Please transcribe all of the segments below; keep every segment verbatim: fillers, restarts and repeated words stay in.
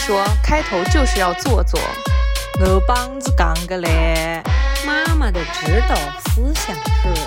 说开头就是要做作。 我帮子讲个嘞，妈妈的指导思想是。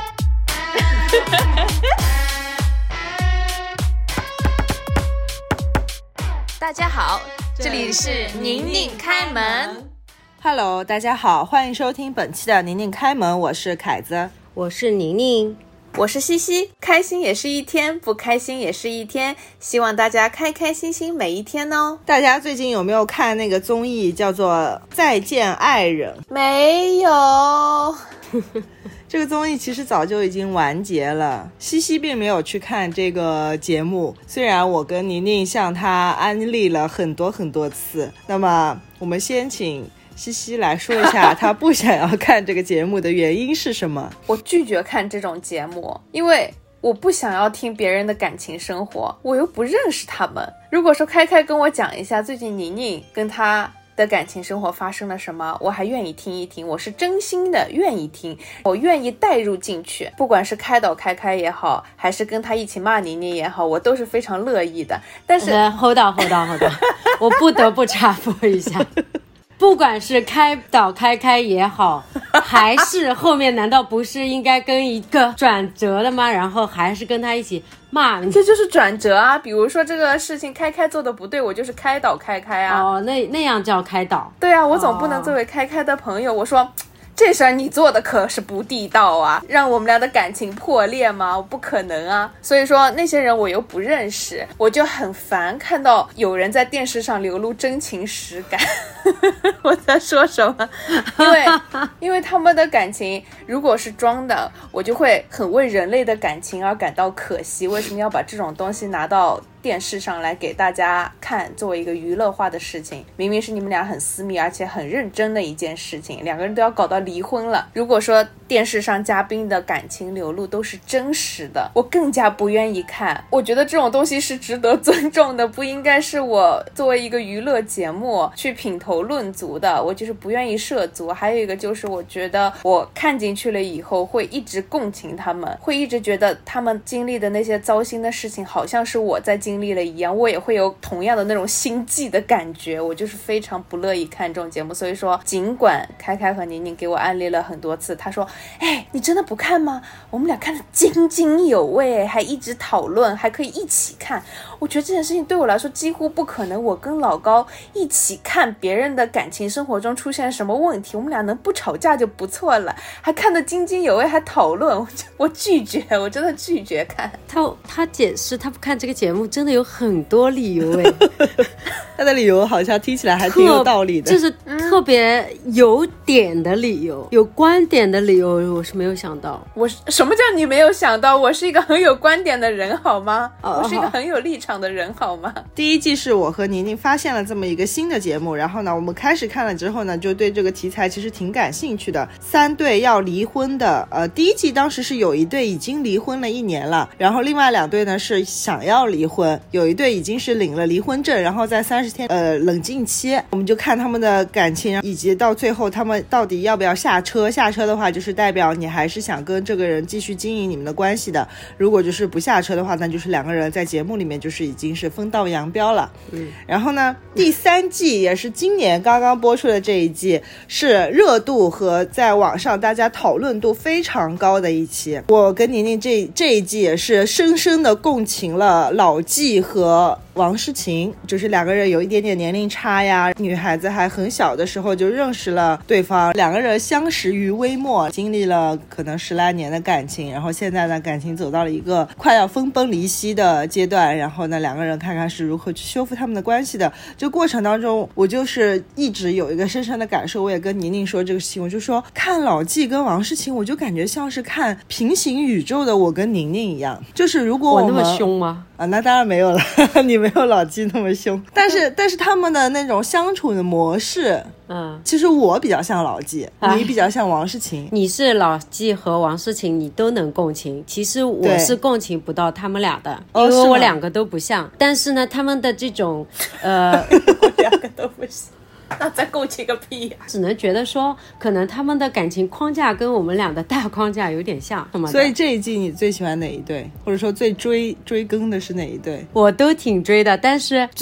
大家好，这里是宁宁开门。 Hello， 大家好，欢迎收听本期的宁宁开门，我是凯子， 我是宁宁。 我是西西，开心也是一天，不开心也是一天，希望大家开开心心每一天哦。 大家最近有没有看那个综艺叫做《再见爱人》？ 没有。 这个综艺其实早就已经完结了，西西并没有去看这个节目，虽然我跟宁宁向他安利了很多很多次。那么我们先请西西来说一下他不想要看这个节目的原因是什么？ 我拒绝看这种节目，因为我不想要听别人的感情生活，我又不认识他们。如果说开开跟我讲一下最近宁宁跟他的感情生活发生了什么，我还愿意听一听，我是真心的愿意听，我愿意带入进去，不管是开导开开也好，还是跟他一起骂宁宁也好，我都是非常乐意的。但是 hold on hold on hold on 我不得不插播一下，不管是开导开开也好，还是后面难道不是应该跟一个转折的吗？然后还是跟他一起骂， 这就是转折啊。比如说这个事情开开做的不对，我就是开导开开啊。 哦，那那样叫开导。 对啊，我总不能作为开开的朋友，我说这事儿你做的可是不地道啊，让我们俩的感情破裂吗？不可能啊。所以说那些人我又不认识，我就很烦看到有人在电视上流露真情实感。我在说什么？因为因为他们的感情如果是装的，我就会很为人类的感情而感到可惜。为什么要把这种东西拿到电视上来给大家看，作为一个娱乐化的事情？明明是你们俩很私密而且很认真的一件事情，两个人都要搞到离婚了。如果说电视上嘉宾的感情流露都是真实的，我更加不愿意看。我觉得这种东西是值得尊重的，不应该是我作为一个娱乐节目去品头论足的，我就是不愿意涉足。还有一个就是我觉得我看进去了以后会一直共情他们，会一直觉得他们经历的那些糟心的事情好像是我在经历了一样，我也会有同样的那种心悸的感觉，我就是非常不乐意看这种节目。所以说尽管开开和宁宁给我安利了很多次，他说哎，你真的不看吗？我们俩看得津津有味，还一直讨论，还可以一起看。我觉得这件事情对我来说几乎不可能，我跟老高一起看别人的感情生活中出现什么问题，我们俩能不吵架就不错了，还看得津津有味，还讨论。我, 我拒绝，我真的拒绝看。 他他解释他不看这个节目真的有很多理由诶。 他的理由好像听起来还挺有道理的， 就是特别有点的理由、嗯、有观点的理由，我是没有想到。 我什么叫你没有想到？我是一个很有观点的人好吗、 哦、 我是一个很有立场的人好吗？ 第一季是我和宁宁发现了这么一个新的节目，然后呢我们开始看了之后呢就对这个题材其实挺感兴趣的。三对要离婚的，呃，第一季当时是有一对已经离婚了一年了，然后另外两对呢是想要离婚，有一对已经是领了离婚证，然后在三十天呃冷静期，我们就看他们的感情，以及到最后他们到底要不要下车。下车的话就是代表你还是想跟这个人继续经营你们的关系的，如果就是不下车的话，那就是两个人在节目里面就是已经是分道扬镳了。嗯，然后呢第三季也是今年刚刚播出的这一季，是热度和在网上大家讨论度非常高的一期。我跟宁宁这这一季也是深深的共情了老纪和王诗晴，就是两个人有一点点年龄差呀，女孩子还很小的时候就认识了对方，两个人相识于微末，经历了可能十来年的感情，然后现在呢感情走到了一个快要分崩离析的阶段，然后呢两个人看看是如何去修复他们的关系的。这过程当中我就是一直有一个深深的感受，我也跟宁宁说这个事情，我就说看老纪跟王诗晴我就感觉像是看平行宇宙的我跟宁宁一样，就是如果我们我那么凶吗？ 啊，那当然没有了，你没有老纪那么凶，但是但是他们的那种相处的模式，嗯，其实我比较像老纪，你比较像王诗晴。 你是老纪和王诗晴你都能共情，其实我是共情不到他们俩的，因为我两个都不像。但是呢他们的这种呃我两个都不像，那再共情个屁呀、啊！ 只能觉得说可能他们的感情框架跟我们俩的大框架有点像。 所以这一季你最喜欢哪一对，或者说最追追更的是哪一对？ 我都挺追的，但是最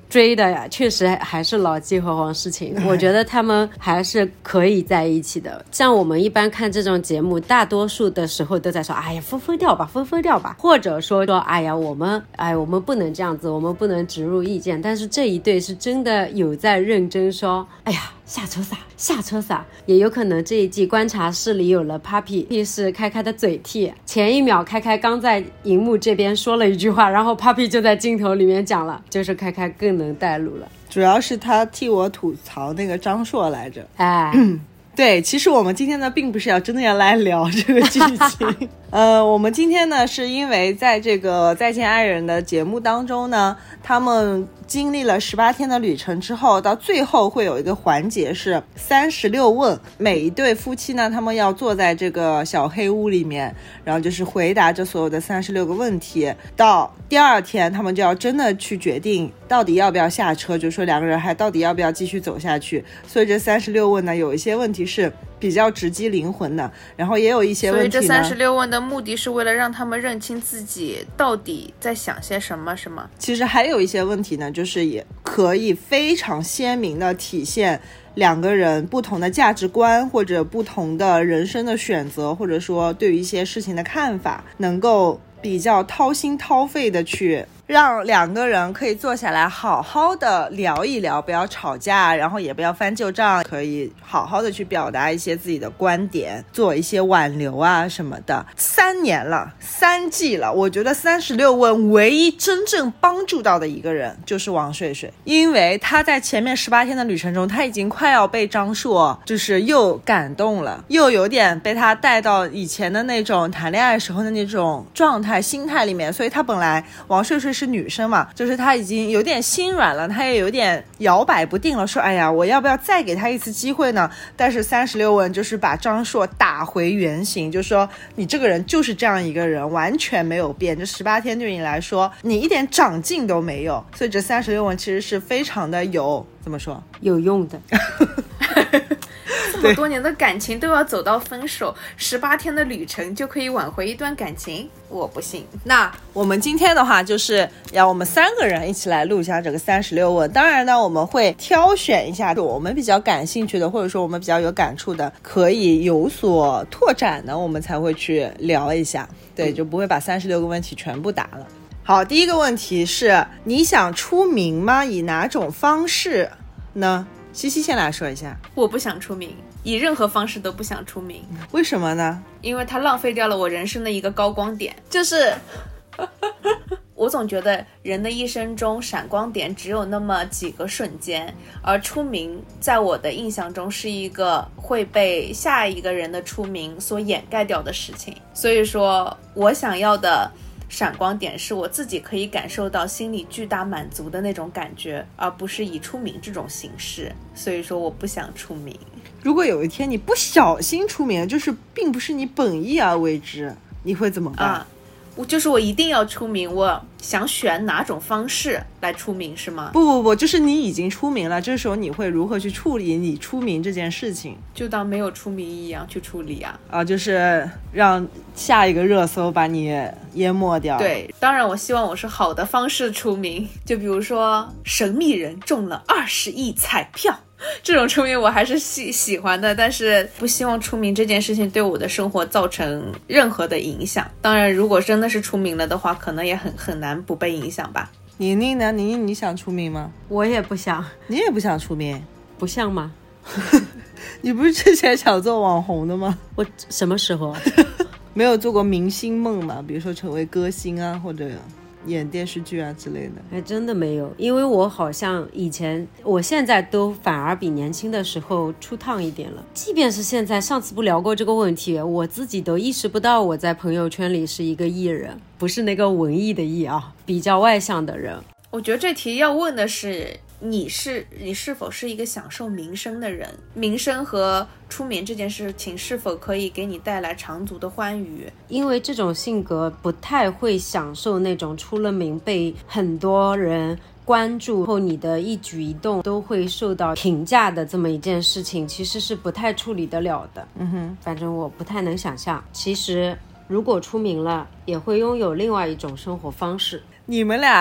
追的呀，确实还是老纪和黄世芹，我觉得他们还是可以在一起的。像我们一般看这种节目，大多数的时候都在说，哎呀，分分掉吧，分分掉吧，或者说说，哎呀，我们，哎，我们不能这样子，我们不能植入意见。但是这一对是真的有在认真说，哎呀，下车撒，下车撒。也有可能这一季观察室里有了 Papi， 是开开的嘴替。前一秒开开刚在荧幕这边说了一句话，然后 Papi 就在镜头里面讲了，就是开开更能带路了。 主要是他替我吐槽那个张硕来着。 哎。 对，其实我们今天呢并不是要真的要来聊这个剧情呃，我们今天呢是因为在这个再见爱人的节目当中呢，他们经历了十八天的旅程之后，到最后会有一个环节是三十六问，每一对夫妻呢他们要坐在这个小黑屋里面，然后就是回答这所有的三十六个问题，到第二天他们就要真的去决定到底要不要下车，就是说两个人还到底要不要继续走下去。所以这三十六问呢有一些问题是比较直击灵魂的，然后也有一些问题呢， 所以这三十六问的目的是为了让他们认清自己到底在想些什么，是吗？ 其实还有一些问题呢，就是也可以非常鲜明的体现两个人不同的价值观，或者不同的人生的选择，或者说对于一些事情的看法，能够比较掏心掏肺的去让两个人可以坐下来好好的聊一聊，不要吵架，然后也不要翻旧账，可以好好的去表达一些自己的观点，做一些挽留啊什么的。三年了，三季了，我觉得三十六问唯一真正帮助到的一个人就是王睡睡，因为他在前面十八天的旅程中，他已经快要被张硕就是又感动了，又有点被他带到以前的那种谈恋爱时候的那种状态心态里面，所以他本来王睡睡是女生嘛，就是她已经有点心软了，她也有点摇摆不定了，说哎呀我要不要再给她一次机会呢？但是三十六问就是把张硕打回原形，就说你这个人就是这样一个人，完全没有变，这十八天对你来说你一点长进都没有。所以这三十六问其实是非常的有怎么说有用的这么多年的感情都要走到分手，十八天的旅程就可以挽回一段感情，我不信。 那我们今天的话就是要我们三个人一起来录一下这个三十六问，当然呢我们会挑选一下我们比较感兴趣的，或者说我们比较有感触的，可以有所拓展的，我们才会去聊一下，对，就不会把三十六个问题全部答了。好，第一个问题是你想出名吗？以哪种方式呢？西西先来说一下。 我不想出名，以任何方式都不想出名。 为什么呢？ 因为它浪费掉了我人生的一个高光点，就是我总觉得人的一生中闪光点只有那么几个瞬间，而出名在我的印象中是一个会被下一个人的出名所掩盖掉的事情。所以说我想要的闪光点是我自己可以感受到心里巨大满足的那种感觉，而不是以出名这种形式。所以说我不想出名。 如果有一天你不小心出名，就是并不是你本意而为之，你会怎么办？ 啊，我就是我一定要出名，我想选哪种方式来出名是吗？ 不不不，就是你已经出名了，这时候你会如何去处理你出名这件事情？ 就当没有出名一样去处理啊。 啊，就是让下一个热搜把你淹没掉。 对，当然我希望我是好的方式出名，就比如说神秘人中了二十亿彩票，这种出名我还是喜喜欢的，但是不希望出名这件事情对我的生活造成任何的影响。当然如果真的是出名了的话，可能也很很难不被影响吧。 宁宁呢？宁宁你想出名吗？ 我也不想。 你也不想出名？ 不像吗？ 你不是之前想做网红的吗？ 我什么时候没有做过明星梦吗？比如说成为歌星啊，或者演电视剧啊之类的。 还真的没有，因为我好像以前我现在都反而比年轻的时候出趟一点了。即便是现在，上次不聊过这个问题，我自己都意识不到我在朋友圈里是一个艺人，不是那个文艺的艺啊，比较外向的人。 我觉得这题要问的是你是你是否是一个享受名声的人，名声和出名这件事情是否可以给你带来长足的欢愉。 因为这种性格不太会享受那种出了名被很多人关注后你的一举一动都会受到评价的这么一件事情，其实是不太处理得了的。嗯哼，反正我不太能想象。其实如果出名了也会拥有另外一种生活方式。 你们俩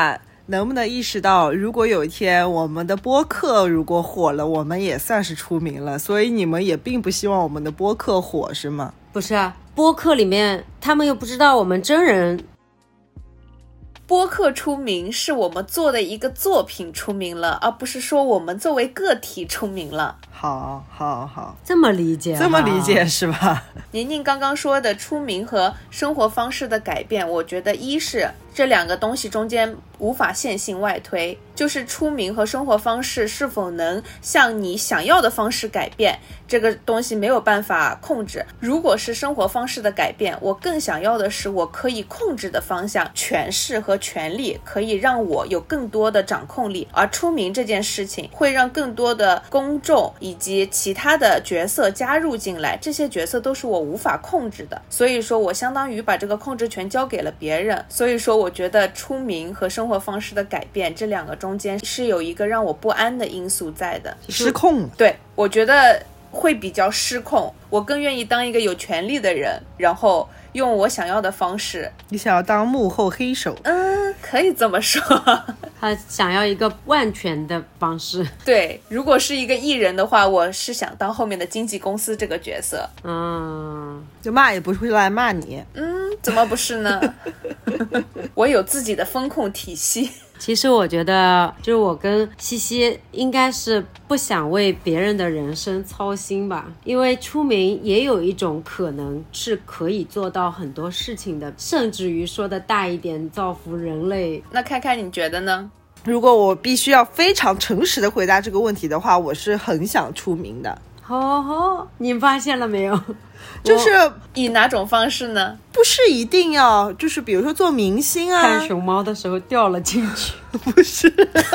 能不能意识到，如果有一天我们的播客如果火了，我们也算是出名了，所以你们也并不希望我们的播客火是吗？ 不是啊，播客里面他们又不知道我们真人。 播客出名是我们做的一个作品出名了，而不是说我们作为个体出名了。 好好好， 这么理解， 这么理解是吧？ 宁宁刚刚说的出名和生活方式的改变，我觉得一是这两个东西中间无法线性外推，就是出名和生活方式是否能向你想要的方式改变，这个东西没有办法控制。如果是生活方式的改变，我更想要的是我可以控制的方向、权势和权力，可以让我有更多的掌控力。而出名这件事情会让更多的公众以及其他的角色加入进来，这些角色都是我无法控制的，所以说我相当于把这个控制权交给了别人。所以说我觉得出名和生活方式的改变这两个中间是有一个让我不安的因素在的， 失控。 对，我觉得会比较失控，我更愿意当一个有权利的人，然后用我想要的方式。 你想要当幕后黑手？ 嗯，可以这么说。 他想要一个万全的方式。 对，如果是一个艺人的话，我是想当后面的经纪公司这个角色。 嗯， 就骂也不会来骂你。 嗯，怎么不是呢？我有自己的风控体系。 其实我觉得就是我跟西西应该是不想为别人的人生操心吧，因为出名也有一种可能是可以做到很多事情的，甚至于说的大一点，造福人类。 那看看你觉得呢？ 如果我必须要非常诚实的回答这个问题的话，我是很想出名的。 好好，你发现了没有？ 就是以哪种方式呢？ 不是一定要，就是比如说做明星啊。 看熊猫的时候掉了进去。 不是。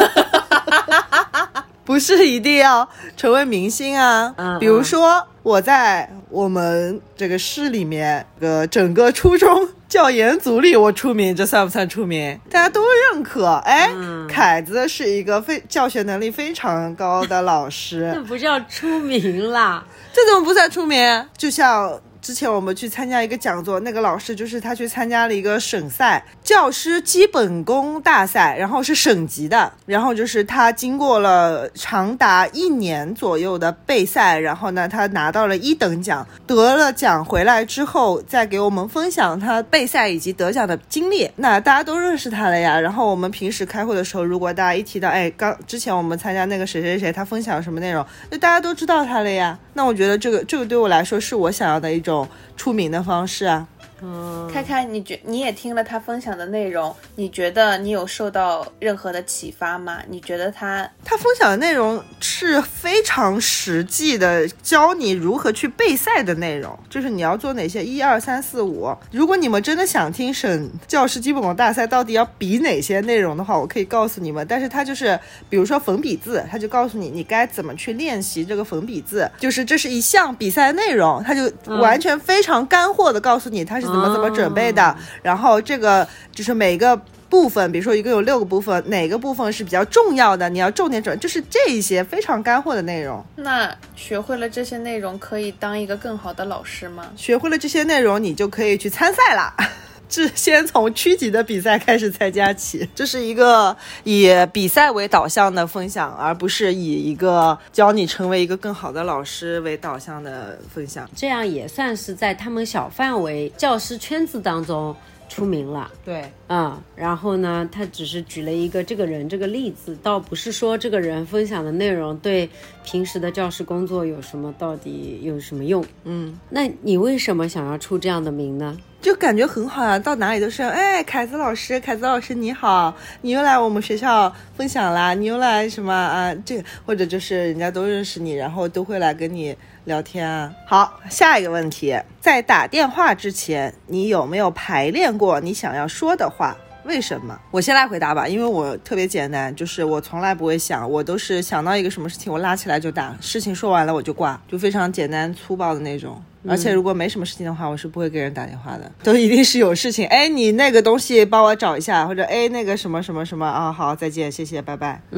不是一定要成为明星啊。 嗯， 比如说我在我们这个市里面呃整个初中教研组里我出名，这算不算出名？大家都认可。哎、嗯，凯子是一个非教学能力非常高的老师。 这不叫出名啦。 这怎么不算出名？就像之前我们去参加一个讲座，那个老师就是他去参加了一个省赛教师基本功大赛，然后是省级的，然后就是他经过了长达一年左右的备赛，然后呢他拿到了一等奖，得了奖回来之后再给我们分享他备赛以及得奖的经历。那大家都认识他了呀，然后我们平时开会的时候，如果大家一提到哎刚之前我们参加那个谁谁谁他分享什么内容，就大家都知道他了呀。那我觉得这个这个对我来说是我想要的一种出名的方式啊。 嗯，开开，你觉你也听了他分享的内容，你觉得你有受到任何的启发吗？你觉得他他分享的内容是非常实际的，教你如何去备赛的内容，就是你要做哪些一二三四五。如果你们真的想听省教师基本功大赛到底要比哪些内容的话，我可以告诉你们。但是他就是比如说粉笔字，他就告诉你你该怎么去练习这个粉笔字，就是这是一项比赛内容，他就完全非常干货的告诉你他是怎么怎么准备的、哦、然后这个就是每个部分，比如说一共有六个部分，哪个部分是比较重要的，你要重点准，就是这一些非常干货的内容。 那学会了这些内容可以当一个更好的老师吗？ 学会了这些内容你就可以去参赛啦，是先从区级的比赛开始参加起。这是一个以比赛为导向的分享，而不是以一个教你成为一个更好的老师为导向的分享。 这样也算是在他们小范围教师圈子当中出名了。 对， 嗯，然后呢他只是举了一个这个人这个例子，倒不是说这个人分享的内容对平时的教师工作有什么到底有什么用。 嗯， 那你为什么想要出这样的名呢？ 就感觉很好啊，到哪里都是哎，凯子老师，凯子老师你好，你又来我们学校分享啦，你又来什么啊？这或者就是人家都认识你，然后都会来跟你聊天啊。好，下一个问题，在打电话之前，你有没有排练过你想要说的话？为什么？我先来回答吧，因为我特别简单，就是我从来不会想，我都是想到一个什么事情我拉起来就打，事情说完了我就挂，就非常简单粗暴的那种。而且如果没什么事情的话，我是不会给人打电话的，都一定是有事情，哎，你那个东西帮我找一下，或者哎那个什么什么什么啊，好，再见，谢谢，拜拜。 嗯，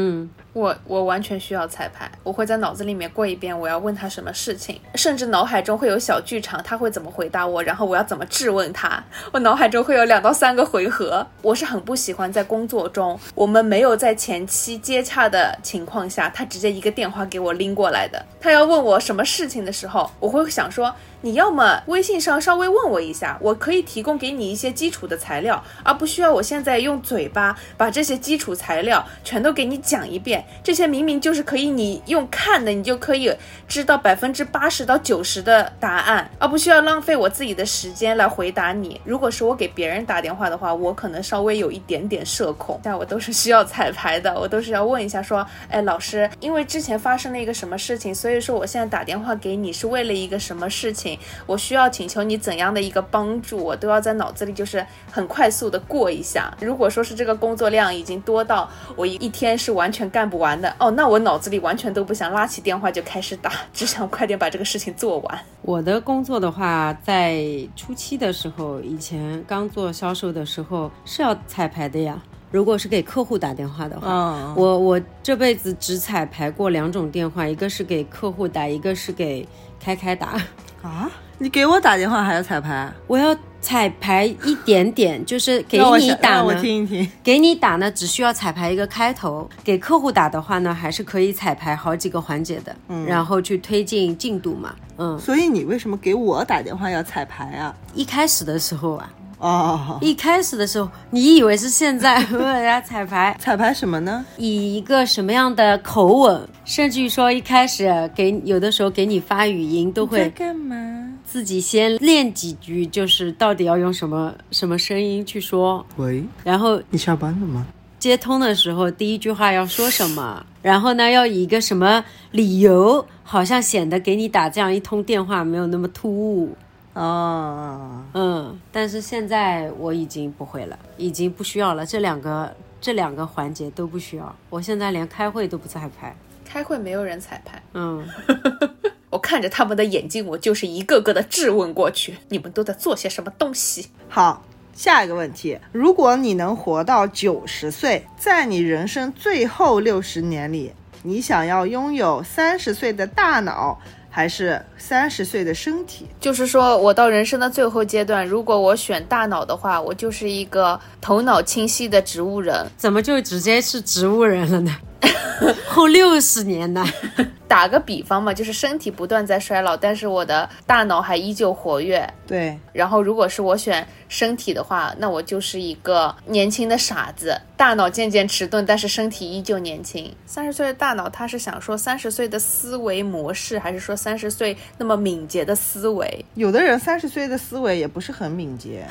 我我完全需要彩排，我会在脑子里面过一遍我要问他什么事情，甚至脑海中会有小剧场，他会怎么回答我，然后我要怎么质问他，我脑海中会有两到三个回合。我是很不喜欢在工作中我们没有在前期接洽的情况下，他直接一个电话给我拎过来的。他要问我什么事情的时候，我会想说，你要么微信上稍微问我一下，我可以提供给你一些基础的材料，而不需要我现在用嘴巴把这些基础材料全都给你讲一遍。这些明明就是可以你用看的，你就可以知道百分之八十到九十的答案，而不需要浪费我自己的时间来回答你。如果是我给别人打电话的话，我可能稍微有一点点社恐，但我都是需要彩排的，我都是要问一下说，哎，老师，因为之前发生了一个什么事情，所以说我现在打电话给你是为了一个什么事情，我需要请求你怎样的一个帮助，我都要在脑子里就是很快速的过一下。如果说是这个工作量已经多到我一天是完全干不完的，哦，那我脑子里完全都不想拉起电话就开始打，只想快点把这个事情做完。 我的工作的话，在初期的时候，以前刚做销售的时候是要彩排的呀。如果是给客户打电话的话，嗯、我我这辈子只彩排过两种电话，一个是给客户打，一个是给开开打。 啊，你给我打电话还要彩排？ 我要彩排一点点，就是给你打呢， 让我听一听。 给你打呢，只需要彩排一个开头；给客户打的话呢，还是可以彩排好几个环节的，嗯，然后去推进进度嘛，嗯。 所以你为什么给我打电话要彩排啊？ 一开始的时候啊。 哦， 一开始的时候你以为是现在为人家彩排彩排什么呢？ 以一个什么样的口吻，甚至于说一开始给有的时候给你发语音都会在干嘛， 自己先练几句，就是到底要用什么什么声音去说。 喂， 然后你下班了吗？ 接通的时候第一句话要说什么，然后呢要以一个什么理由，好像显得给你打这样一通电话没有那么突兀。 哦， 嗯，但是现在我已经不会了，已经不需要了，这两个这两个环节都不需要。我现在连开会都不彩排， 开会没有人彩排。 嗯， 我看着他们的眼睛，我就是一个个的质问过去，你们都在做些什么东西？ 好，下一个问题，如果你能活到九十岁，在你人生最后六十年里，你想要拥有三十岁的大脑还是三十岁的身体？ 就是说我到人生的最后阶段，如果我选大脑的话，我就是一个头脑清晰的植物人。 怎么就直接是植物人了呢？后六十年呢？ 打个比方嘛，就是身体不断在衰老，但是我的大脑还依旧活跃。 对。 然后如果是我选身体的话，那我就是一个年轻的傻子，大脑渐渐迟钝，但是身体依旧年轻。三十岁的大脑，他是想说三十岁的思维模式，还是说三十岁那么敏捷的思维？ 有的人三十岁的思维也不是很敏捷。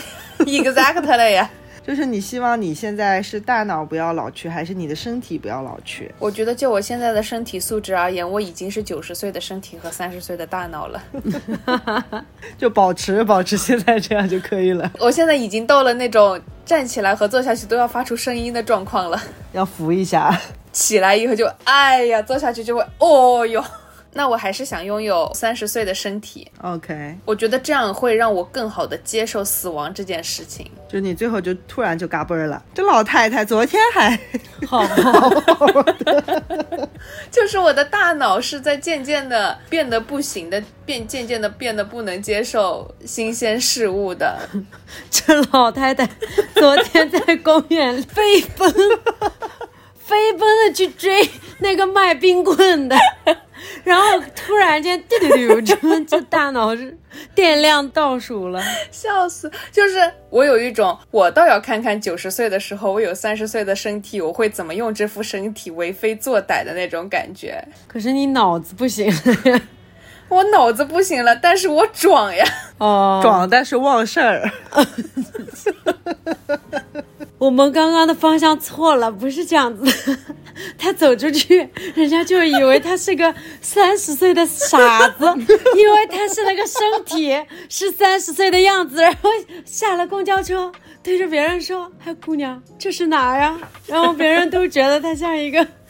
Exactly 呀。 就是你希望你现在是大脑不要老去，还是你的身体不要老去？ 我觉得就我现在的身体素质而言，我已经是九十岁的身体和三十岁的大脑了。 就保持保持现在这样就可以了。 我现在已经到了那种站起来和坐下去都要发出声音的状况了。 要扶一下， 起来以后就哎呀，坐下去就会哦哟。那我还是想拥有三十岁的身体。 OK， 我觉得这样会让我更好的接受死亡这件事情。 就你最后就突然就嘎嘣了，这老太太昨天还好好好的。 就是我的大脑是在渐渐的变得不行的，变渐渐的变得不能接受新鲜事物的。 这老太太昨天在公园飞奔飞奔的去追那个卖冰棍的，然后突然间丢丢丢，这大脑是电量倒数了， 笑死！就是我有一种，我倒要看看九十岁的时候，我有三十岁的身体，我会怎么用这副身体为非作歹的那种感觉。 可是你脑子不行了呀。 我脑子不行了，但是我壮呀。 哦， 壮但是忘事儿。 我们刚刚的方向错了，不是这样子的。他走出去，人家就以为他是个三十岁的傻子，因为他是那个身体是三十岁的样子，然后下了公交车，对着别人说：“哎，姑娘，这是哪儿呀？”然后别人都觉得他像一个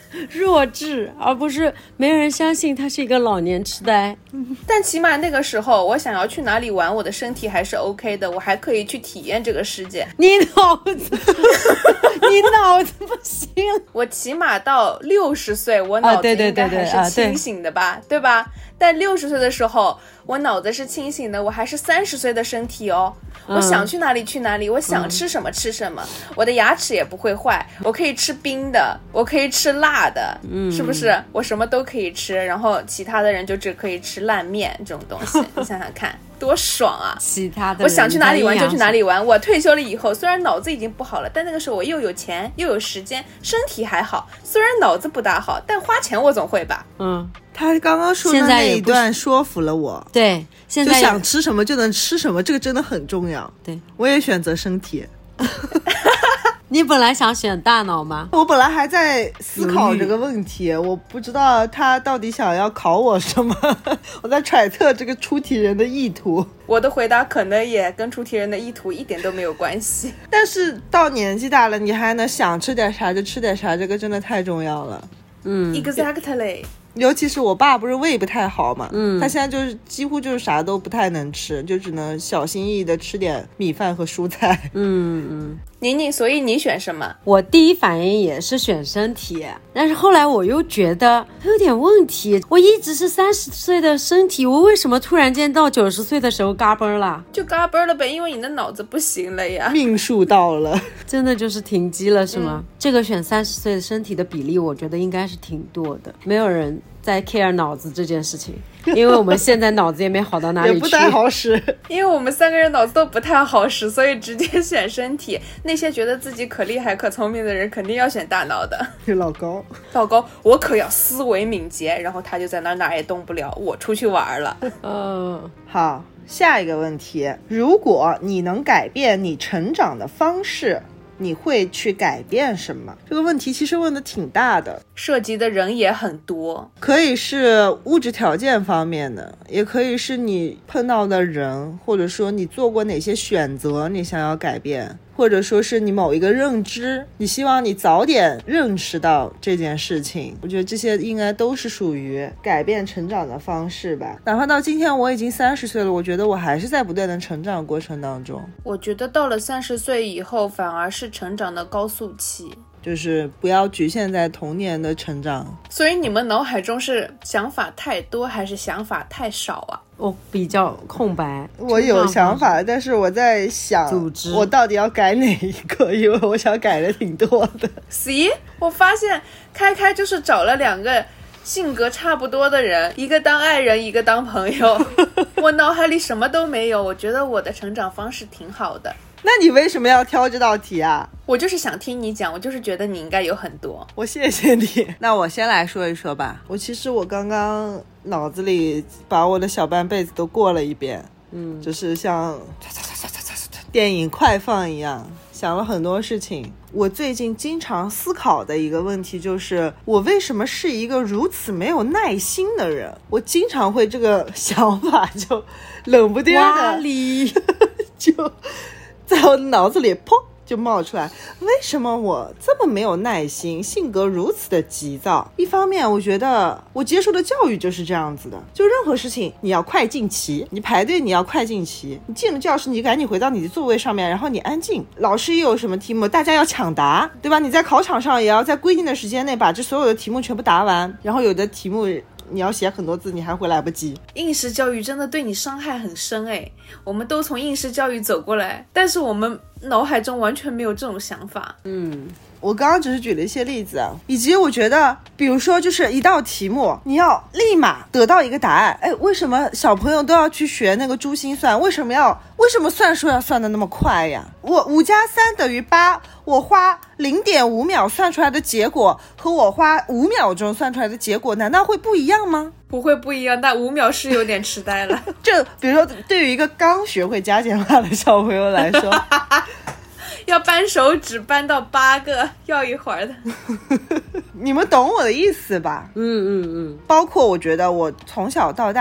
弱智，而不是没人相信他是一个老年痴呆。 但起码那个时候我想要去哪里玩，我的身体还是 OK 的，我还可以去体验这个世界。 你脑子你脑子不行。 我起码到六十岁我脑子应该还是清醒的吧、啊、对, 对, 对, 对, 对, 对吧？但六十岁的时候我脑子是清醒的，我还是三十岁的身体哦。我想去哪里去哪里，我想吃什么吃什么、嗯、我的牙齿也不会坏，我可以吃冰的，我可以吃辣的、嗯、是不是？我什么都可以吃，然后其他的人就只可以吃烂面这种东西你想想看多爽啊！ 其他的我想去哪里玩就去哪里玩。我退休了以后，虽然脑子已经不好了，但那个时候我又有钱又有时间，身体还好，虽然脑子不大好，但花钱我总会吧。 嗯， 他刚刚说的那一段说服了我。 对，现在就想吃什么就能吃什么，这个真的很重要。 对， 我也选择身体。 你本来想选大脑吗？ 我本来还在思考这个问题，我不知道他到底想要考我什么我在揣测这个出题人的意图。 我的回答可能也跟出题人的意图一点都没有关系， 但是到年纪大了你还能想吃点啥就吃点啥，这个真的太重要了。 嗯 Exactly。 尤其是我爸不是胃不太好嘛， 嗯， 他现在就是几乎就是啥都不太能吃，就只能小心翼翼的吃点米饭和蔬菜。 嗯嗯。 宁宁，所以你选什么？ 我第一反应也是选身体，但是后来我又觉得有点问题。我一直是三十岁的身体，我为什么突然间到九十岁的时候嘎嘣了？ 就嘎嘣了呗，因为你的脑子不行了呀， 命数到了， 真的就是停机了是吗？嗯、这个选三十岁的身体的比例，我觉得应该是挺多的，没有人在 care 脑子这件事情，因为我们现在脑子也没好到哪里去， 也不太好使。 因为我们三个人脑子都不太好使，所以直接选身体。那些觉得自己可厉害可聪明的人肯定要选大脑的。 老高老高我可要思维敏捷，然后他就在那儿哪儿也动不了，我出去玩了。 嗯， 好，下一个问题，如果你能改变你成长的方式，你会去改变什么？这个问题其实问的挺大的， 涉及的人也很多， 可以是物质条件方面的，也可以是你碰到的人，或者说你做过哪些选择你想要改变，或者说是你某一个认知，你希望你早点认识到这件事情。我觉得这些应该都是属于改变成长的方式吧。哪怕到今天我已经三十岁了，我觉得我还是在不断的成长过程当中。 我觉得到了三十岁以后反而是成长的高速期， 就是不要局限在童年的成长。 所以你们脑海中是想法太多还是想法太少啊？ 我比较空白， 我有想法，但是我在想组织我到底要改哪一个，因为我想改的挺多的。 See， 我发现开开就是找了两个性格差不多的人，一个当爱人，一个当朋友。我脑海里什么都没有，我觉得我的成长方式挺好的。 那你为什么要挑这道题啊？ 我就是想听你讲，我就是觉得你应该有很多。 我谢谢你。那我先来说一说吧。我其实我刚刚脑子里把我的小半辈子都过了一遍，嗯，就是像电影快放一样，想了很多事情。我最近经常思考的一个问题就是，我为什么是一个如此没有耐心的人？我经常会这个想法就冷不丁的就在我脑子里砰就冒出来，为什么我这么没有耐心，性格如此的急躁？一方面我觉得我接受的教育就是这样子的，就任何事情你要快进齐，你排队你要快进齐，你进了教室你赶紧回到你的座位上面，然后你安静，老师也有什么题目大家要抢答，对吧？你在考场上也要在规定的时间内把这所有的题目全部答完，然后有的题目你要写很多字你还会来不及。 应试教育真的对你伤害很深诶，我们都从应试教育走过来，但是我们脑海中完全没有这种想法。 嗯， 我刚刚只是举了一些例子啊，以及我觉得比如说就是一道题目你要立马得到一个答案，哎，为什么小朋友都要去学那个珠心算？为什么要为什么算数要算得那么快呀？我五加三等于八，我花零点五秒算出来的结果和我花五秒钟算出来的结果难道会不一样吗？ 不会不一样，但五秒是有点痴呆了。 就比如说对于一个刚学会加减法的小朋友来说要扳手指扳到八个要一会儿的。你们懂我的意思吧？ 嗯嗯嗯。 包括我觉得我从小到大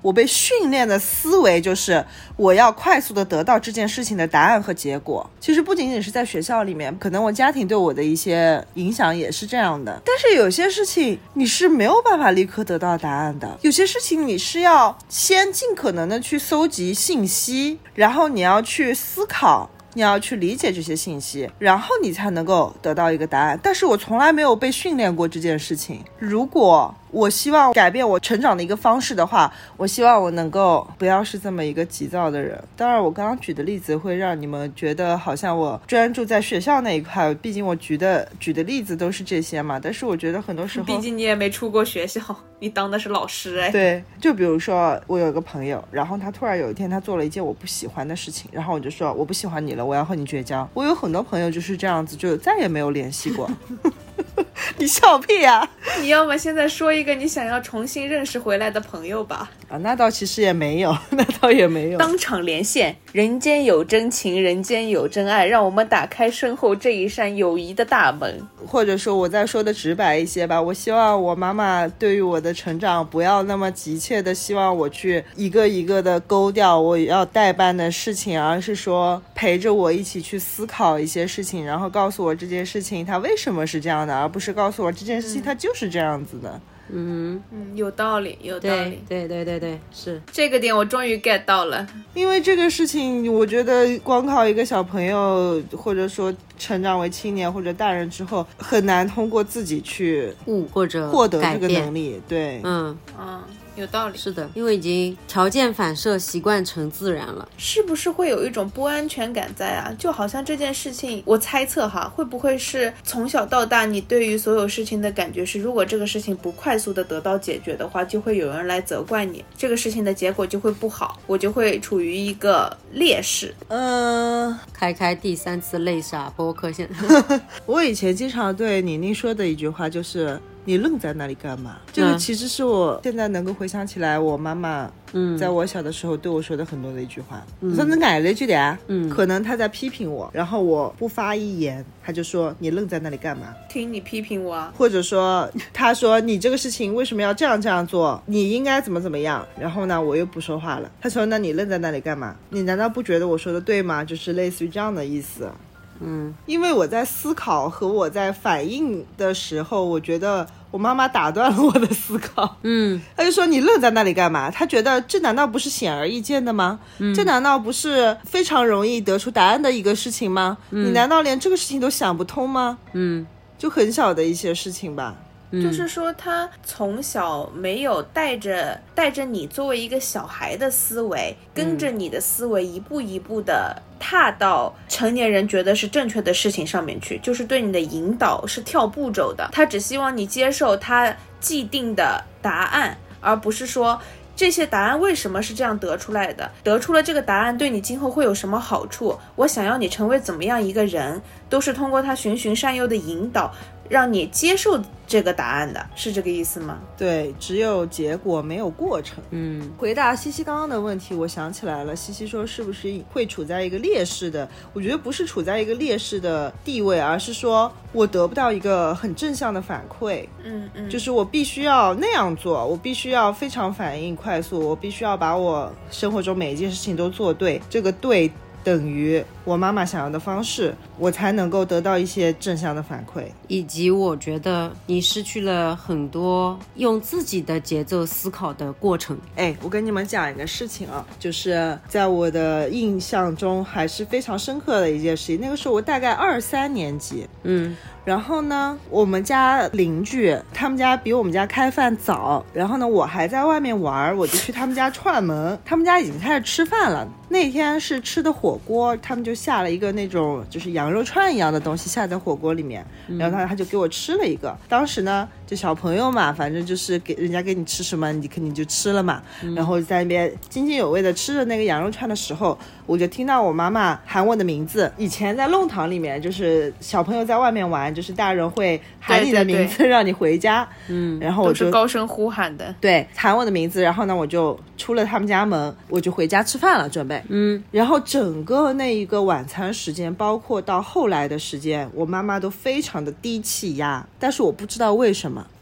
我被训练的思维就是我要快速的得到这件事情的答案和结果。其实不仅仅是在学校里面，可能我家庭对我的一些影响也是这样的。但是有些事情你是没有办法立刻得到答案的，有些事情你是要先尽可能的去搜集信息，然后你要去思考，你要去理解这些信息，然后你才能够得到一个答案。但是我从来没有被训练过这件事情。如果我希望改变我成长的一个方式的话，我希望我能够不要是这么一个急躁的人。当然我刚刚举的例子会让你们觉得好像我专注在学校那一块，毕竟我举的举的例子都是这些嘛。但是我觉得很多时候， 毕竟你也没出过学校，你当的是老师。哎， 对，就比如说我有一个朋友，然后他突然有一天他做了一件我不喜欢的事情，然后我就说我不喜欢你了，我要和你绝交。我有很多朋友就是这样子，就再也没有联系过。你笑屁呀！ 你要么现在说一个你想要重新认识回来的朋友吧。 啊，那倒其实也没有，那倒也没有。 当场连线，人间有真情，人间有真爱，让我们打开身后这一扇友谊的大门。 或者说我再说的直白一些吧，我希望我妈妈对于我的成长不要那么急切的希望我去一个一个的勾掉我要代办的事情，而是说陪着我一起去思考一些事情，然后告诉我这件事情它为什么是这样的，而不是告诉我这件事情它就是这样子的。 嗯嗯，有道理，有道理。 对对对对对，是这个点我终于 get 到了。 因为这个事情，我觉得光靠一个小朋友，或者说成长为青年或者大人之后，很难通过自己去悟或者获得这个改变能力。对， 嗯嗯，有道理。 是的，因为已经条件反射习惯成自然了。 是不是会有一种不安全感在啊？就好像这件事情，我猜测哈，会不会是从小到大你对于所有事情的感觉是，如果这个事情不快速的得到解决的话，就会有人来责怪你，这个事情的结果就会不好，我就会处于一个劣势。 嗯、呃， 开开第三次泪洒播客现在我以前经常对宁宁说的一句话就是你愣在那里干嘛？这个其实是我现在能够回想起来我妈妈嗯，在我小的时候对我说的很多的一句话。嗯，我说你挨了一句的，嗯，可能他在批评我，然后我不发一言，他就说你愣在那里干嘛？ 听你批评我啊？ 或者说他说你这个事情为什么要这样这样做？你应该怎么怎么样？然后呢，我又不说话了。他说那你愣在那里干嘛？你难道不觉得我说的对吗？就是类似于这样的意思。嗯，因为我在思考和我在反应的时候，我觉得我妈妈打断了我的思考。嗯，她就说你愣在那里干嘛？她觉得这难道不是显而易见的吗？嗯，这难道不是非常容易得出答案的一个事情吗？嗯，你难道连这个事情都想不通吗？嗯，就很小的一些事情吧。 就是说他从小没有带着带着你作为一个小孩的思维，跟着你的思维一步一步的踏到成年人觉得是正确的事情上面去，就是对你的引导是跳步骤的，他只希望你接受他既定的答案，而不是说这些答案为什么是这样得出来的，得出了这个答案对你今后会有什么好处，我想要你成为怎么样一个人，都是通过他循循善诱的引导让你接受这个答案的，是这个意思吗？ 对，只有结果没有过程。嗯，回答西西刚刚的问题，我想起来了，西西说是不是会处在一个劣势的，我觉得不是处在一个劣势的地位，而是说我得不到一个很正向的反馈。嗯嗯，就是我必须要那样做，我必须要非常反应快速，我必须要把我生活中每一件事情都做对，这个对等于我妈妈想要的方式，我才能够得到一些正向的反馈。 以及我觉得你失去了很多用自己的节奏思考的过程。 哎，我跟你们讲一个事情啊，就是在我的印象中还是非常深刻的一件事情。那个时候我大概二三年级，嗯，然后呢，我们家邻居他们家比我们家开饭早，然后呢，我还在外面玩，我就去他们家串门，他们家已经开始吃饭了。那天是吃的火锅，他们就下了一个那种就是羊肉串一样的东西下在火锅里面，然后他他就给我吃了一个。当时呢，就小朋友嘛，反正就是给人家给你吃什么，你肯定就吃了嘛。然后在那边津津有味的吃着那个羊肉串的时候，我就听到我妈妈喊我的名字。以前在弄堂里面，就是小朋友在外面玩，就是大人会喊你的名字让你回家。嗯，然后我就都是高声呼喊的。 对，喊我的名字，然后呢，我就出了他们家门，我就回家吃饭了，准备。嗯，然后整个那一个晚餐时间，包括到后来的时间，我妈妈都非常的低气压，但是我不知道为什么。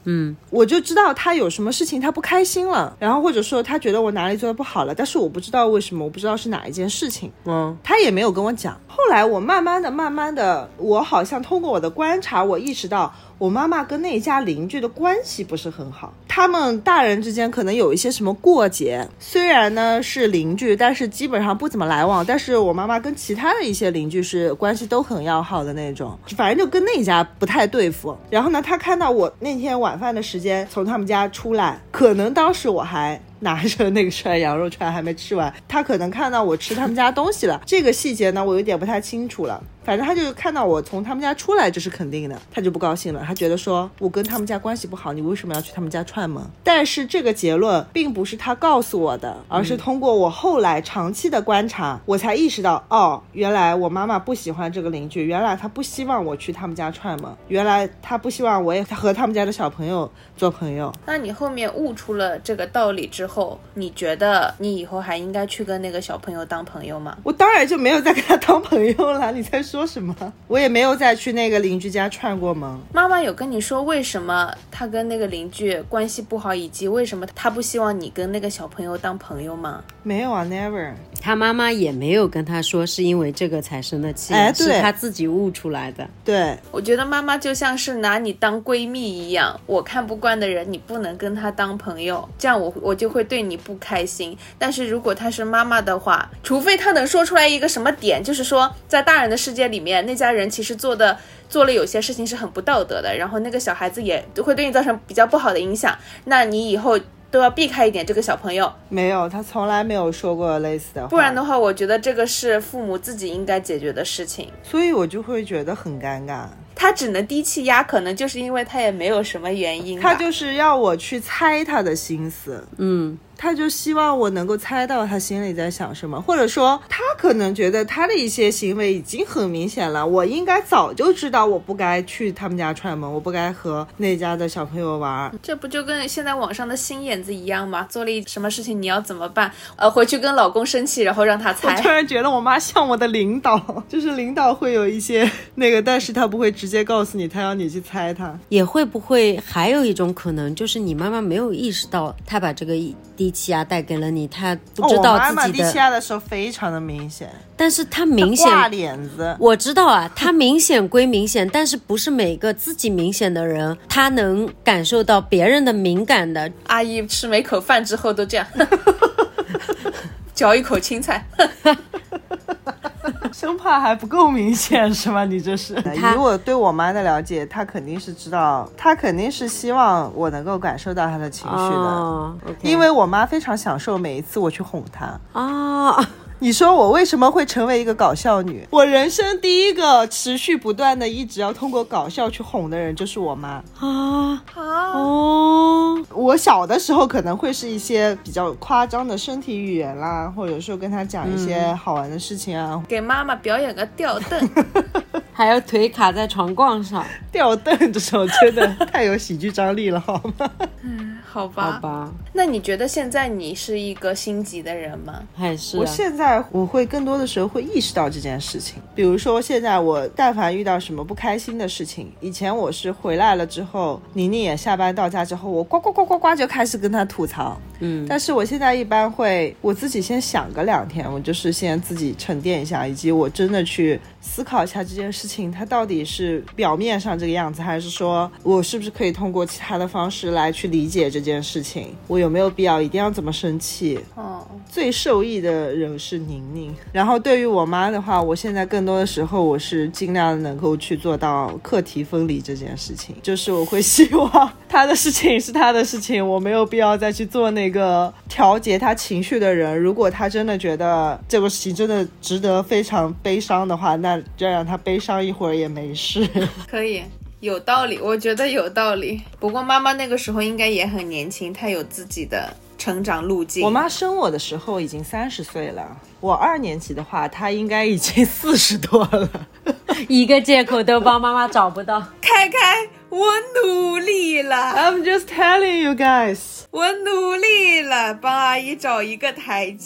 嗯， 我就知道他有什么事情他不开心了，然后或者说他觉得我哪里做的不好了，但是我不知道为什么，我不知道是哪一件事情，嗯，他也没有跟我讲。后来我慢慢的慢慢的我好像通过我的观察，我意识到我妈妈跟那家邻居的关系不是很好，他们大人之间可能有一些什么过节，虽然呢是邻居，但是基本上不怎么来往，但是我妈妈跟其他的一些邻居是关系都很要好的那种，反正就跟那家不太对付。然后呢他看到我那天晚饭的时间从他们家出来，可能当时我还拿着那个涮羊肉串还没吃完，他可能看到我吃他们家东西了，这个细节呢我有点不太清楚了，反正他就看到我从他们家出来，这是肯定的，他就不高兴了，他觉得说我跟他们家关系不好，你为什么要去他们家串门？但是这个结论并不是他告诉我的，而是通过我后来长期的观察，我才意识到，哦，原来我妈妈不喜欢这个邻居，原来她不希望我去他们家串门，原来她不希望我也和他们家的小朋友做朋友。 那你后面悟出了这个道理之后，你觉得你以后还应该去跟那个小朋友当朋友吗？ 我当然就没有再跟他当朋友了，你在说什么？我也没有再去那个邻居家串过门。 妈妈有跟你说为什么她跟那个邻居关系不好，以及为什么她不希望你跟那个小朋友当朋友吗？ 没有啊 never。 他妈妈也没有跟他说是因为这个才生的气， 哎，对， 是他自己悟出来的。 对， 我觉得妈妈就像是拿你当闺蜜一样，我看不惯的人你不能跟他当朋友，这样我我就会对你不开心。但是如果他是妈妈的话，除非他能说出来一个什么点，就是说在大人的世界里面那家人其实做的做了有些事情是很不道德的，然后那个小孩子也会对你造成比较不好的影响，那你以后都要避开一点这个小朋友。 没有，他从来没有说过类似的话。 不然的话，我觉得这个是父母自己应该解决的事情， 所以我就会觉得很尴尬。 他只能低气压，可能就是因为他也没有什么原因吧， 他就是要我去猜他的心思。 嗯， 他就希望我能够猜到他心里在想什么，或者说他可能觉得他的一些行为已经很明显了，我应该早就知道我不该去他们家串门，我不该和那家的小朋友玩。 这不就跟现在网上的心眼子一样吗？做了一什么事情你要怎么办？呃，回去跟老公生气，然后让他猜。 我突然觉得我妈像我的领导，就是领导会有一些那个，但是他不会直接告诉你，他要你去猜他。 也会不会还有一种可能，就是你妈妈没有意识到她把这个低气压带给了你，她不知道自己的、哦、我妈妈低气压的时候非常的明显， 但是她明显挂脸子， 我知道啊，她明显归明显，但是不是每个自己明显的人她能感受到别人的敏感的。 阿姨吃每口饭之后都这样嚼一口青菜生怕还不够明显是吗？你这是以我对我妈的了解，她肯定是知道，她肯定是希望我能够感受到她的情绪的、 哦 okay、 因为我妈非常享受每一次我去哄她啊、哦。 你说我为什么会成为一个搞笑女？我人生第一个持续不断的一直要通过搞笑去哄的人就是我妈啊啊哦！ 我小的时候可能会是一些比较夸张的身体语言啦，或者说跟她讲一些好玩的事情啊， 嗯、给妈妈表演个吊凳还有腿卡在床框上吊凳，这首真的太有喜剧张力了好吗？ 嗯，好吧好吧。 那你觉得现在你是一个心急的人吗？ 还是、啊、 我现在我会更多的时候会意识到这件事情，比如说现在我但凡遇到什么不开心的事情，以前我是回来了之后，宁宁也下班到家之后，我呱呱呱呱呱就开始跟他吐槽， 嗯， 但是我现在一般会我自己先想个两天，我就是先自己沉淀一下，以及我真的去思考一下这件事情它到底是表面上这个样子，还是说我是不是可以通过其他的方式来去理解这件事情，我有没有必要一定要这么生气。 哦， 最受益的人是宁宁，然后对于我妈的话，我现在更多的时候我是尽量能够去做到课题分离这件事情，就是我会希望她的事情是她的事情，我没有必要再去做那个调节她情绪的人，如果她真的觉得这个事情真的值得非常悲伤的话，那就让她悲伤一会儿也没事。 可以，有道理，我觉得有道理。不过妈妈那个时候应该也很年轻，她有自己的成长路径。 我妈生我的时候已经三十岁了，我二年级的话她应该已经四十多了。 一个借口都帮妈妈找不到。 开开，我努力了 I'm just telling you guys， 我努力了，帮阿姨找一个台阶。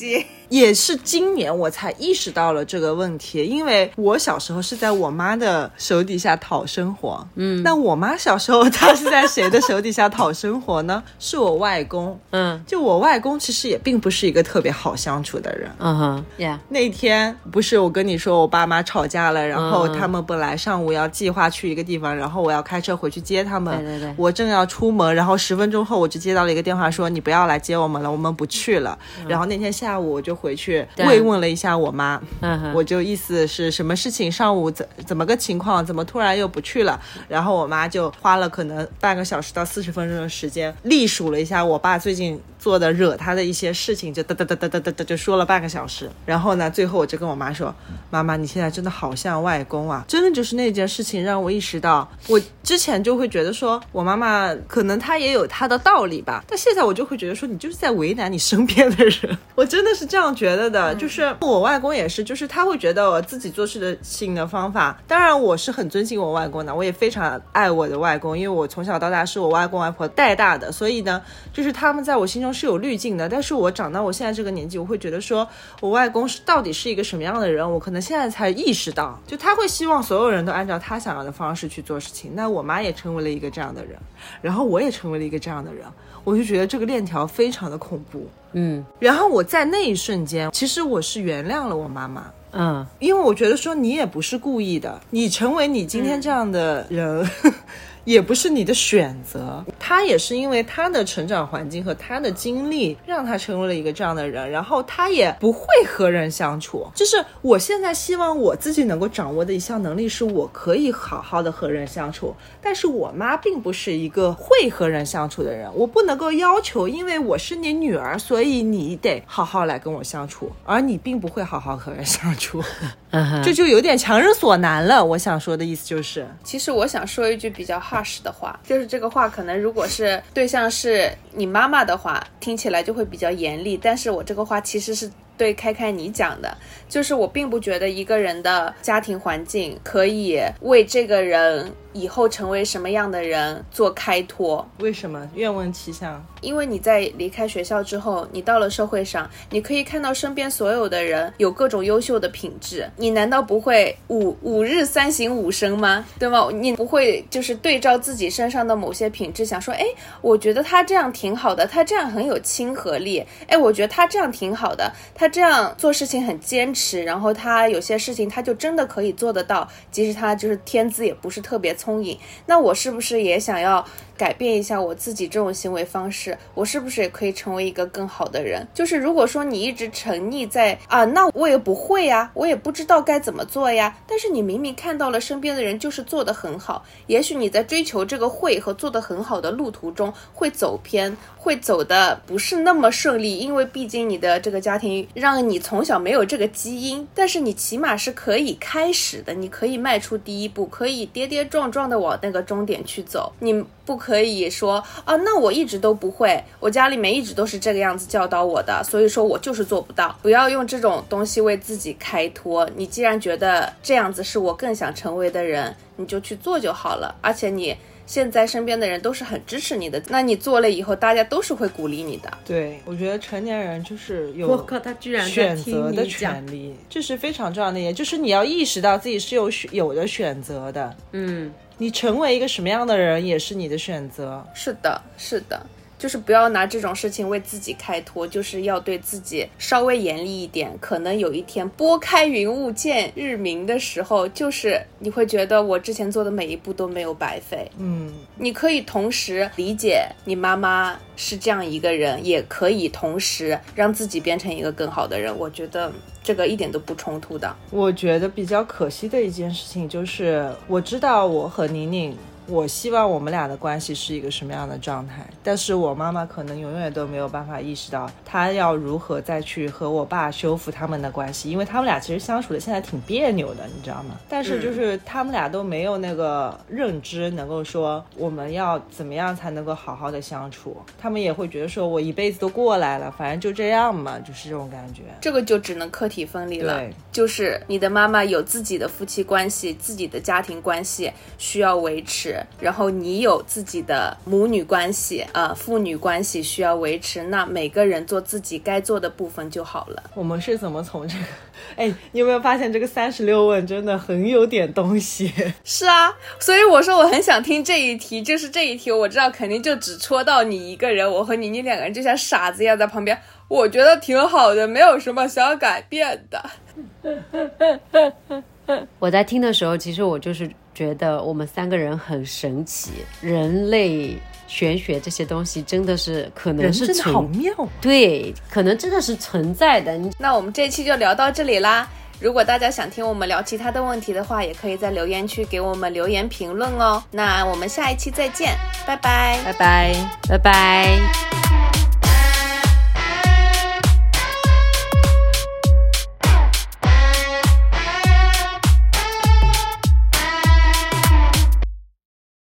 也是今年我才意识到了这个问题，因为我小时候是在我妈的手底下讨生活，嗯，那我妈小时候她是在谁的手底下讨生活呢？是我外公，嗯，就我外公其实也并不是一个特别好相处的人， 嗯哼 ，yeah， 那天不是我跟你说我爸妈吵架了，然后他们本来上午要计划去一个地方，然后我要开车回去接他们， 对对对， 我正要出门，然后十分钟后我就接到了一个电话说你不要来接我们了，我们不去了，嗯，然后那天下午我就回去慰问了一下我妈，嗯，我就意思是什么事情上午怎怎么个情况，怎么突然又不去了，然后我妈就花了可能半个小时到四十分钟的时间历数了一下我爸最近做的惹他的一些事情，就哒哒哒哒哒哒哒就说了半个小时，然后呢最后我就跟我妈说，妈妈你现在真的好像外公啊，真的就是那件事情让我意识到，我之前就会觉得说我妈妈可能她也有她的道理吧，但现在我就会觉得说你就是在为难你身边的人，我真的是这样觉得的，就是我外公也是，就是他会觉得我自己做事的情的方法，当然我是很尊敬我外公的，我也非常爱我的外公，因为我从小到大是我外公外婆带大的，所以呢就是他们在我心中是有滤镜的，但是我长到我现在这个年纪，我会觉得说我外公是到底是一个什么样的人，我可能现在才意识到，就他会希望所有人都按照他想要的方式去做事情，那我妈也成为了一个这样的人，然后我也成为了一个这样的人，我就觉得这个链条非常的恐怖，嗯，然后我在那一瞬间其实我是原谅了我妈妈，嗯，因为我觉得说你也不是故意的，你成为你今天这样的人、嗯也不是你的选择，他也是因为他的成长环境和他的经历让他成为了一个这样的人，然后他也不会和人相处，就是我现在希望我自己能够掌握的一项能力是我可以好好的和人相处，但是我妈并不是一个会和人相处的人，我不能够要求因为我是你女儿所以你得好好来跟我相处，而你并不会好好和人相处这就有点强人所难了，我想说的意思就是其实我想说一句比较harsh的话，就是这个话可能如果是对象是你妈妈的话听起来就会比较严厉，但是我这个话其实是对开开你讲的，就是我并不觉得一个人的家庭环境可以为这个人以后成为什么样的人做开脱。 为什么？愿闻其详。 因为你在离开学校之后，你到了社会上，你可以看到身边所有的人有各种优秀的品质，你难道不会五五日三省吾身吗？对吗？你不会就是对照自己身上的某些品质想说，哎，我觉得他这样挺好的，他这样很有亲和力，哎，我觉得他这样挺好的，他这样做事情很坚持，然后他有些事情他就真的可以做得到，即使他就是天资也不是特别聪颖，那我是不是也想要改变一下我自己这种行为方式，我是不是也可以成为一个更好的人？就是如果说你一直沉溺在啊，那我也不会呀，我也不知道该怎么做呀，但是你明明看到了身边的人就是做得很好，也许你在追求这个会和做得很好的路途中会走偏，会走的不是那么顺利，因为毕竟你的这个家庭让你从小没有这个基因，但是你起码是可以开始的，你可以迈出第一步，可以跌跌撞撞的往那个终点去走，你不可以说啊，那我一直都不会，我家里面一直都是这个样子教导我的，所以说我就是做不到。不要用这种东西为自己开脱，你既然觉得这样子是我更想成为的人，你就去做就好了，而且你现在身边的人都是很支持你的，那你做了以后大家都是会鼓励你的。 对，我觉得成年人就是有我靠，他居然选择的权利，这是非常重要的一点，就是你要意识到自己是有有的选择的。嗯，你成为一个什么样的人也是你的选择。 是的，是的，就是不要拿这种事情为自己开脱，就是要对自己稍微严厉一点，可能有一天拨开云雾见日明的时候，就是你会觉得我之前做的每一步都没有白费。嗯，你可以同时理解你妈妈是这样一个人，也可以同时让自己变成一个更好的人，我觉得这个一点都不冲突的。 我觉得比较可惜的一件事情就是我知道我和宁宁我希望我们俩的关系是一个什么样的状态，但是我妈妈可能永远都没有办法意识到她要如何再去和我爸修复他们的关系，因为他们俩其实相处的现在挺别扭的，你知道吗？但是就是他们俩都没有那个认知能够说我们要怎么样才能够好好的相处，他们也会觉得说我一辈子都过来了，反正就这样嘛，就是这种感觉。 这个就只能课题分离了， 对， 就是你的妈妈有自己的夫妻关系，自己的家庭关系需要维持， 持，然后你有自己的母女关系呃父女关系需要维持，那每个人做自己该做的部分就好了。 我们是怎么从这个哎，你有没有发现这个三十六问真的很有点东西？ 是啊，所以我说我很想听这一题，就是这一题我知道肯定就只戳到你一个人，我和妮妮两个人就像傻子一样在旁边，我觉得挺好的，没有什么想要改变的。 我在听的时候，其实我就是觉得我们三个人很神奇，人类玄学这些东西真的是可能是人真的好妙， 对，可能真的是存在的。 那我们这期就聊到这里啦，如果大家想听我们聊其他的问题的话，也可以在留言区给我们留言评论哦。那我们下一期再见，拜拜， 拜拜， 拜拜。